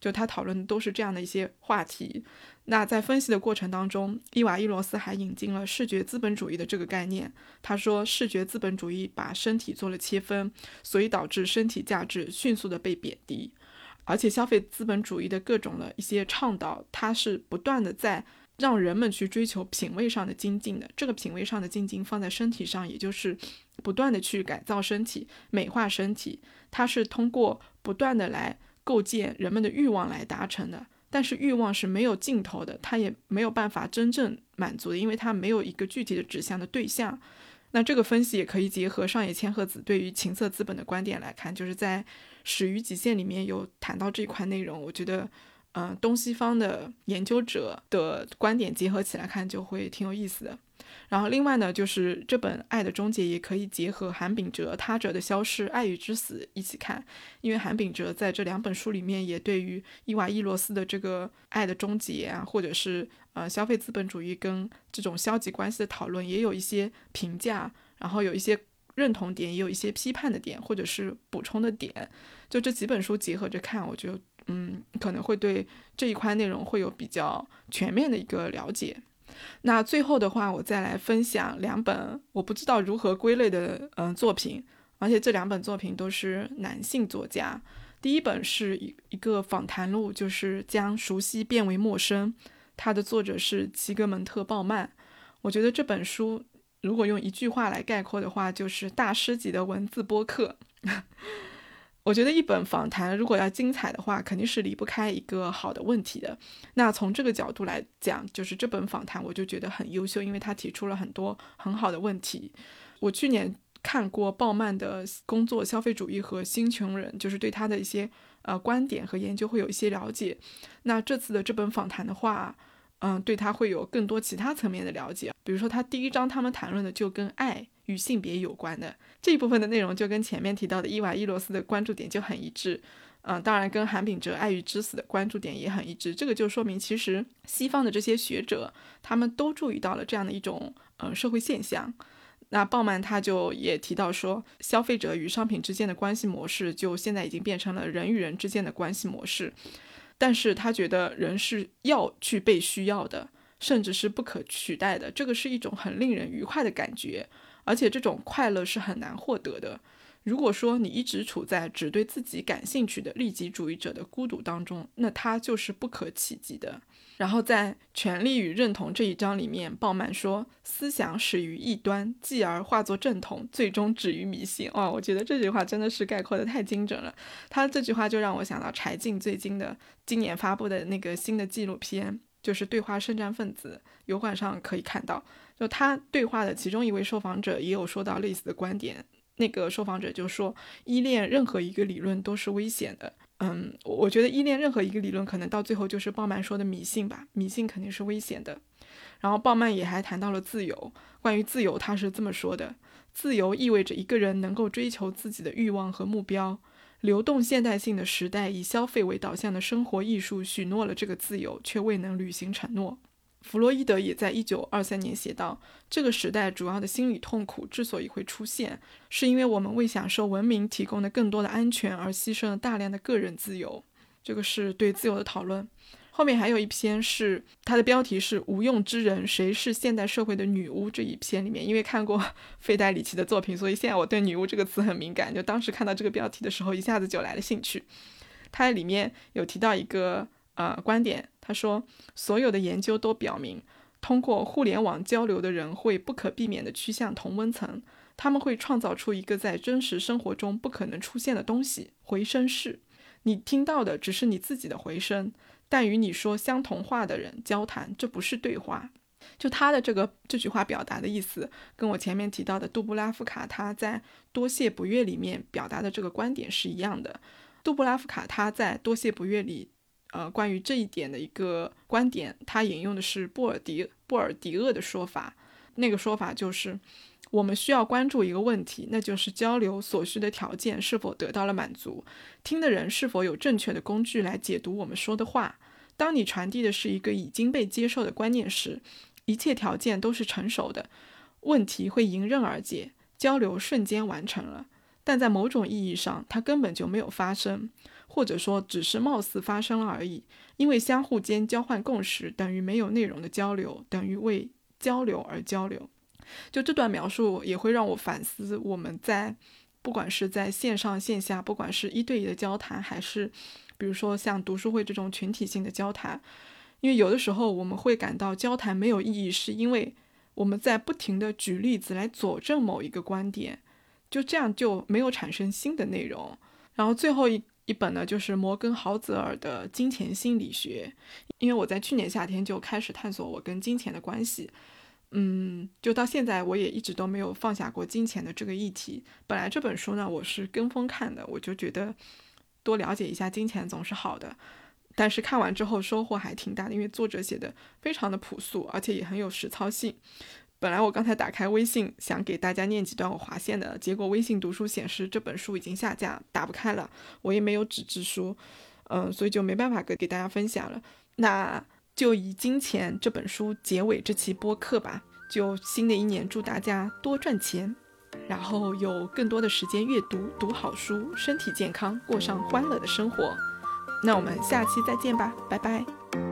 就他讨论的都是这样的一些话题。那在分析的过程当中，伊瓦伊罗斯还引进了视觉资本主义的这个概念。他说，视觉资本主义把身体做了切分，所以导致身体价值迅速的被贬低。而且消费资本主义的各种的一些倡导，它是不断的在让人们去追求品味上的精进的。这个品味上的精进放在身体上，也就是不断的去改造身体，美化身体，它是通过不断的来构建人们的欲望来达成的。但是欲望是没有尽头的，它也没有办法真正满足的，因为它没有一个具体的指向的对象。那这个分析也可以结合上野千鹤子对于情色资本的观点来看，就是在《始于极限》里面有谈到这一块内容。我觉得东西方的研究者的观点结合起来看就会挺有意思的。然后另外呢，就是这本《爱的终结》也可以结合韩炳哲《他者的消失》《爱与之死》一起看，因为韩炳哲在这2本书里面也对于伊瓦伊罗斯的这个爱的终结啊，或者是消费资本主义跟这种消极关系的讨论也有一些评价，然后有一些认同点，也有一些批判的点，或者是补充的点。就这几本书结合着看，我觉得可能会对这一块内容会有比较全面的一个了解。那最后的话，我再来分享2本我不知道如何归类的作品，而且这2本作品都是男性作家。第一本是一个访谈录，就是将熟悉变为陌生，它的作者是齐格蒙特·鲍曼。我觉得这本书如果用一句话来概括的话，就是大师级的文字播客。我觉得一本访谈如果要精彩的话，肯定是离不开一个好的问题的。那从这个角度来讲，就是这本访谈我就觉得很优秀，因为他提出了很多很好的问题。我去年看过鲍曼的工作《消费主义和新穷人》，就是对他的一些观点和研究会有一些了解。那这次的这本访谈的话，对他会有更多其他层面的了解。比如说他第一章他们谈论的就跟爱与性别有关的这一部分的内容，就跟前面提到的伊瓦伊罗斯的关注点就很一致。当然跟韩炳哲爱与之死的关注点也很一致。这个就说明其实西方的这些学者他们都注意到了这样的一种社会现象。那鲍曼他就也提到说，消费者与商品之间的关系模式就现在已经变成了人与人之间的关系模式，但是他觉得人是要去被需要的，甚至是不可取代的。这个是一种很令人愉快的感觉，而且这种快乐是很难获得的。如果说你一直处在只对自己感兴趣的利己主义者的孤独当中，那它就是不可企及的。然后在权力与认同这一章里面，鲍曼说，思想始于异端，继而化作正统，最终止于迷信。我觉得这句话真的是概括的太精准了。他这句话就让我想到柴静最近的今年发布的那个新的纪录片，就是对话圣战分子，油管上可以看到。就他对话的其中一位受访者也有说到类似的观点，那个受访者就说，依恋任何一个理论都是危险的。我觉得依恋任何一个理论可能到最后就是鲍曼说的迷信吧，迷信肯定是危险的。然后鲍曼也还谈到了自由，关于自由他是这么说的，自由意味着一个人能够追求自己的欲望和目标。流动现代性的时代以消费为导向的生活艺术许诺了这个自由，却未能履行承诺。弗洛伊德也在1923年写道，这个时代主要的心理痛苦之所以会出现，是因为我们为享受文明提供的更多的安全而牺牲了大量的个人自由。这个是对自由的讨论。后面还有一篇是它的标题是无用之人，谁是现代社会的女巫。这一篇里面因为看过费代里奇的作品，所以现在我对女巫这个词很敏感，就当时看到这个标题的时候一下子就来了兴趣。它里面有提到一个观点，他说所有的研究都表明，通过互联网交流的人会不可避免地趋向同温层，他们会创造出一个在真实生活中不可能出现的东西，回声室。你听到的只是你自己的回声，但与你说相同话的人交谈，这不是对话。就他的这句话表达的意思跟我前面提到的杜布拉夫卡他在多谢不悦里面表达的这个观点是一样的。杜布拉夫卡他在多谢不悦里关于这一点的一个观点，他引用的是布尔迪厄的说法。那个说法就是我们需要关注一个问题，那就是交流所需的条件是否得到了满足，听的人是否有正确的工具来解读我们说的话。当你传递的是一个已经被接受的观念时，一切条件都是成熟的，问题会迎刃而解，交流瞬间完成了。但在某种意义上它根本就没有发生， 或者说只是貌似发生了而已。因为相互间交换共识等于没有内容的交流，等于为交流而交流。就这段描述也会让我反思，我们在不管是在线上线下，不管是一对一的交谈，还是比如说像读书会这种群体性的交谈，因为有的时候我们会感到交谈没有意义，是因为我们在不停的举例子来佐证某一个观点，就这样就没有产生新的内容。然后最后一本呢，就是摩根豪泽尔的金钱心理学。因为我在去年夏天就开始探索我跟金钱的关系，就到现在我也一直都没有放下过金钱的这个议题。本来这本书呢我是跟风看的，我就觉得多了解一下金钱总是好的，但是看完之后收获还挺大的，因为作者写的非常的朴素，而且也很有实操性。本来我刚才打开微信想给大家念几段我划线的，结果微信读书显示这本书已经下架，打不开了，我也没有纸质书，所以就没办法给大家分享了。那就以金钱这本书结尾这期播客吧。就新的一年祝大家多赚钱，然后有更多的时间阅读，读好书，身体健康，过上欢乐的生活。那我们下期再见吧，拜拜。